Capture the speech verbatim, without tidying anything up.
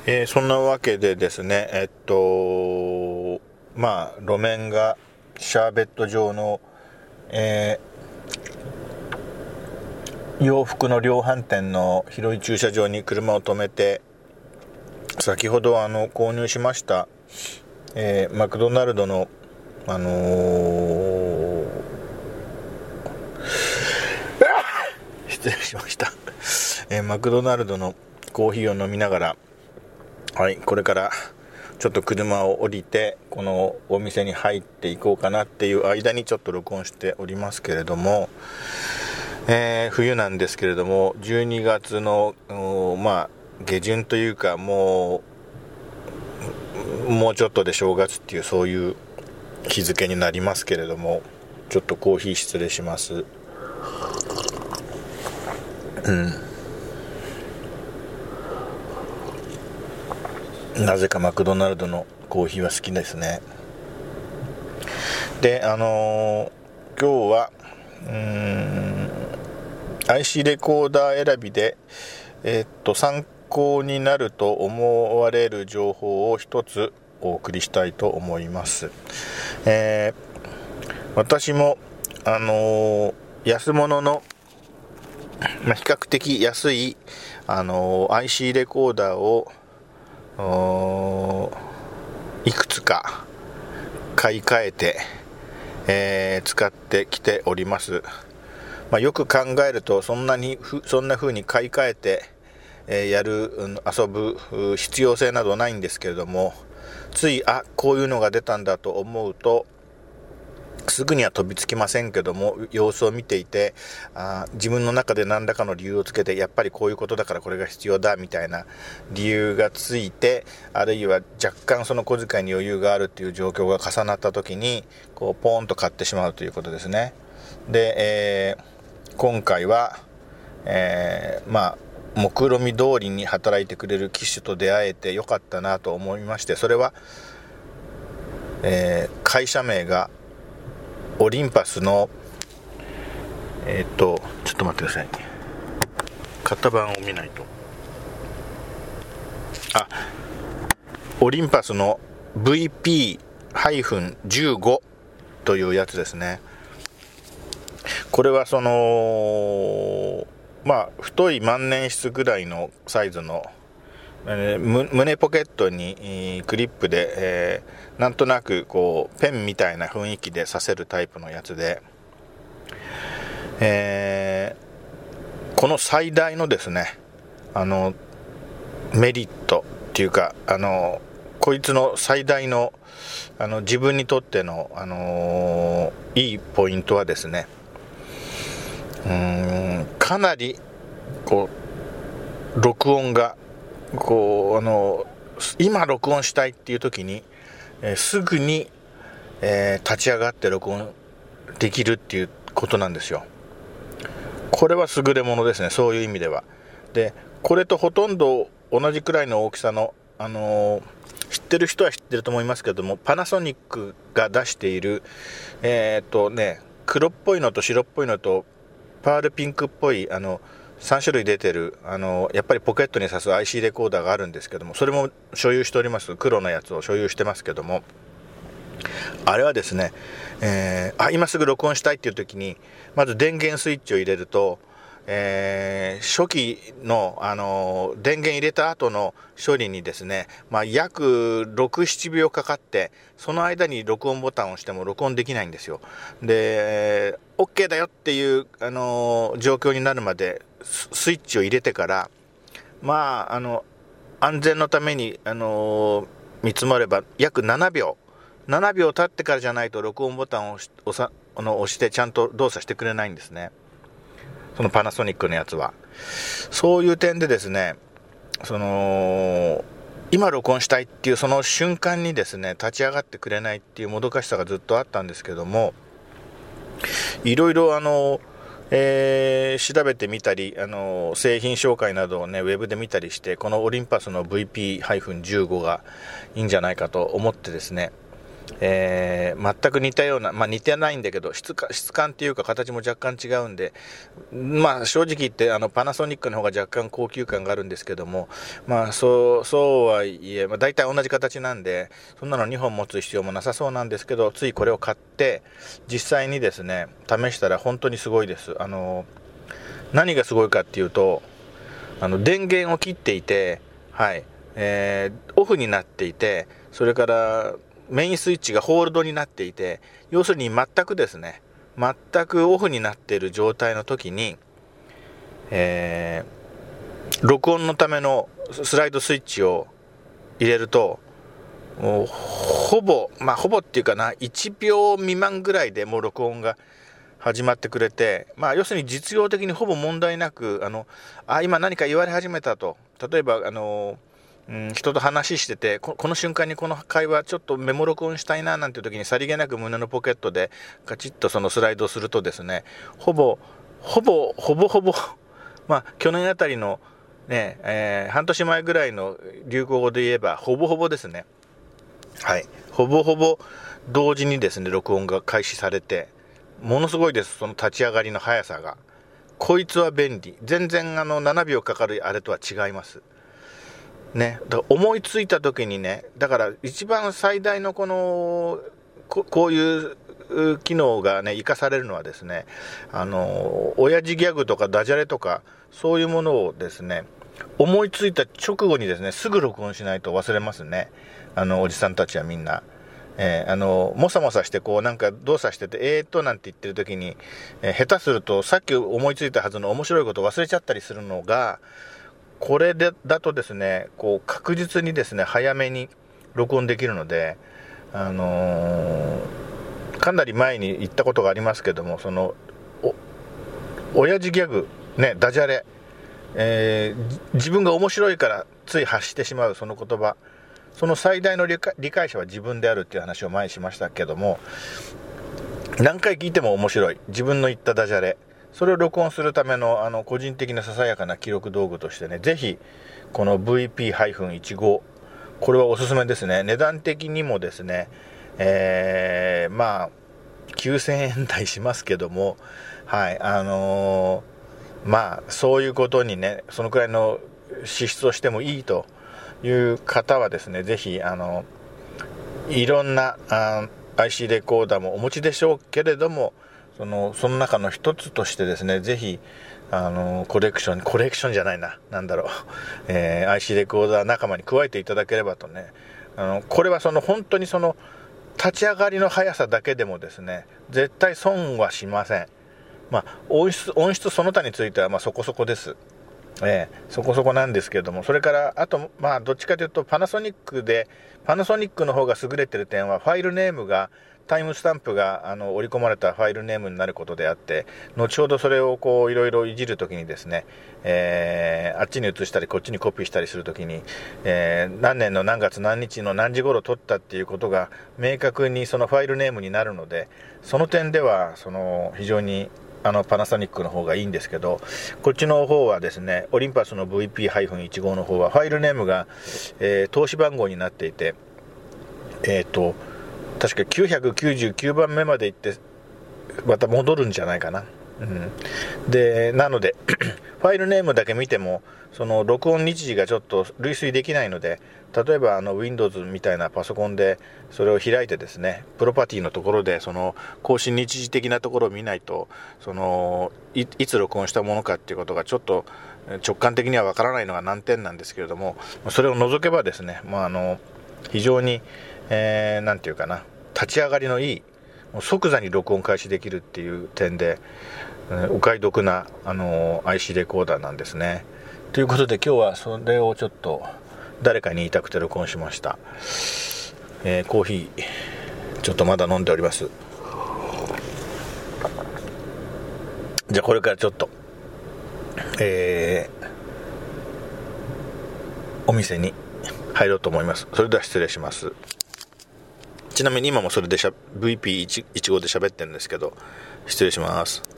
えー、そんなわけでですね、えっとまあ路面がシャーベット状の、えー、洋服の量販店の広い駐車場に車を止めて、先ほどあの購入しました、えー、マクドナルドのあのー、失礼しました、えー、マクドナルドのコーヒーを飲みながら、はい、これからちょっと車を降りてこのお店に入っていこうかなっていう間にちょっと録音しておりますけれども、えー、冬なんですけれども、じゅうにがつのまあ下旬というか、もうもうちょっとで正月っていう、そういう日付になりますけれども、ちょっとコーヒー失礼します。うん、なぜかマクドナルドのコーヒーは好きですね。で、あのー、今日はうーん アイシー レコーダー選びで、えー、っと参考になると思われる情報を一つお送りしたいと思います。えー、私もあのー、安物の、まあ、比較的安い、あのー、アイシー レコーダーをいくつか買い替えて、えー、使ってきております。まあ、よく考えるとそんなにそんな風に買い替えて、えー、やる遊ぶ必要性などないんですけれども、ついあこういうのが出たんだと思うとすぐには飛びつきませんけども、様子を見ていて、あ自分の中で何らかの理由をつけて、やっぱりこういうことだからこれが必要だみたいな理由がついて、あるいは若干その小遣いに余裕があるっていう状況が重なった時にこうポーンと買ってしまうということですね。で、えー、今回は、えー、まあ目論見通りに働いてくれる機種と出会えてよかったなと思いまして、それは、えー、会社名がオリンパスのえっとちょっと待ってください、型番を見ないと。あオリンパスの ブイピーじゅうご というやつですね。これはそのまあ太い万年筆ぐらいのサイズの、えー、胸ポケットにクリップで、えー、なんとなくこうペンみたいな雰囲気で刺せるタイプのやつで、えー、この最大のですね、あのメリットっていうか、あのこいつの最大の、あの自分にとっての、あのー、いいポイントはですね、うーんかなりこう録音がこうあの今録音したいっていう時に、えー、すぐに、えー、立ち上がって録音できるっていうことなんですよ。これは優れものですね、そういう意味では。でこれとほとんど同じくらいの大きさの、あのー、知ってる人は知ってると思いますけども、パナソニックが出しているえー、っとね黒っぽいのと白っぽいのとパールピンクっぽい、あのさん種類出てる、あのやっぱりポケットに挿す アイシー レコーダーがあるんですけども、それも所有しております。黒のやつを所有してますけども、あれはですね、えー、あ今すぐ録音したいっていう時にまず電源スイッチを入れると、えー、初期の、あの電源入れた後の処理にですね、まあ、約ろく、ななびょうかかって、その間に録音ボタンを押しても録音できないんですよ。で OK だよっていう、あの状況になるまでスイッチを入れてから、まああの安全のために、あの見積もれば約ななびょうななびょう経ってからじゃないと録音ボタンを押し、押さ、あの押してちゃんと動作してくれないんですね、そのパナソニックのやつは。そういう点でですね、その今録音したいっていうその瞬間にですね立ち上がってくれないっていうもどかしさがずっとあったんですけども、いろいろあの、えー、調べてみたり、あの製品紹介などをねウェブで見たりして、このオリンパスの ブイピーじゅうご がいいんじゃないかと思ってですね、 えー、全く似たような、まあ似てないんだけど、質感、質感っていうか形も若干違うんで、まあ正直言ってあのパナソニックの方が若干高級感があるんですけども、まあそう、そうはいえ、まあ大体同じ形なんで、そんなのにほん持つ必要もなさそうなんですけど、ついこれを買って、実際にですね、試したら本当にすごいです。あの、何がすごいかっていうと、あの電源を切っていて、はい、えー、オフになっていて、それからメインスイッチがホールドになっていて、要するに全くですね、全くオフになっている状態の時に、えー、録音のためのスライドスイッチを入れると、もうほぼ、まあほぼっていうかな、いちびょう未満ぐらいでもう録音が始まってくれて、まあ要するに実用的にほぼ問題なく、あの、あ、今何か言われ始めたと、例えばあの、うん、人と話してて こ, この瞬間にこの会話ちょっとメモ録音したいななんていう時にさりげなく胸のポケットでカチッとそのスライドをするとですね、ほぼほぼほぼほぼまあ去年あたりのね、えー、半年前ぐらいの流行語で言えばほぼほぼですね、はい、ほぼほぼ同時にですね録音が開始されて、ものすごいです。その立ち上がりの速さが、こいつは便利。全然あのななびょうかかるあれとは違いますね。だから思いついた時にね、だから一番最大のこの こ, こういう機能がね生かされるのはですね、あの親父ギャグとかダジャレとかそういうものをですね思いついた直後にですねすぐ録音しないと忘れますね、あのおじさんたちはみんな。えー、あのもさもさしてこうなんか動作しててえーっとなんて言ってる時に、えー、下手するとさっき思いついたはずの面白いことを忘れちゃったりするのが、これでだとですねこう確実にですね早めに録音できるので、あのー、かなり前に言ったことがありますけども、そのお親父ギャグね、ダジャレ、えー、自分が面白いからつい発してしまうその言葉、その最大の理解、理解者は自分であるっていう話を前にしましたけども、何回聞いても面白い自分の言ったダジャレ、それを録音するためのあの個人的なささやかな記録道具としてね、ぜひこの ブイピーじゅうご これはおすすめですね。値段的にもですね、えー、まあきゅうせんえん台しますけども、はいあのー、まあそういうことにね、そのくらいの支出をしてもいいという方はですね、ぜひあのいろんなあ アイシー レコーダーもお持ちでしょうけれども、そのその中の一つとしてですね、ぜひあのコレクションコレクションじゃないな、なんだろう、えー、アイシー レコーダー仲間に加えていただければとね。あのこれはその本当にその立ち上がりの速さだけでもですね絶対損はしません。まあ音質音質その他についてはまあそこそこです。えー、そこそこなんですけれども、それからあとまあどっちかというとパナソニックでパナソニックの方が優れてる点はファイルネームがタイムスタンプがあの織り込まれたファイルネームになることであって、後ほどそれをこういろいろいじるときにですね、えー、あっちに移したりこっちにコピーしたりするときに、えー、何年の何月何日の何時頃撮ったっていうことが明確にそのファイルネームになるので、その点ではその非常にあのパナソニックの方がいいんですけど、こっちの方はですねオリンパスの ブイピーじゅうご の方はファイルネームが、えー、投資番号になっていて、えっと確かきゅうひゃくきゅうじゅうきゅうばんめまで行ってまた戻るんじゃないかな、うん、でなのでファイルネームだけ見てもその録音日時がちょっと類推できないので、例えばあの Windows みたいなパソコンでそれを開いてですねプロパティのところでその更新日時的なところを見ないと、その い, いつ録音したものかっていうことがちょっと直感的にはわからないのが難点なんですけれども、それを除けばですね、まあ、あの非常に、えー、なんていうかな、立ち上がりのいい、もう即座に録音開始できるっていう点で、えー、お買い得な、あのー、アイシー レコーダーなんですね。ということで今日はそれをちょっと誰かに言いたくて録音しました。えー、コーヒーちょっとまだ飲んでおります。じゃあこれからちょっと、えー、お店に入ろうと思います。それでは失礼します。ちなみに今もそれでしゃ ブイピーじゅうご で喋ってるんですけど、失礼します。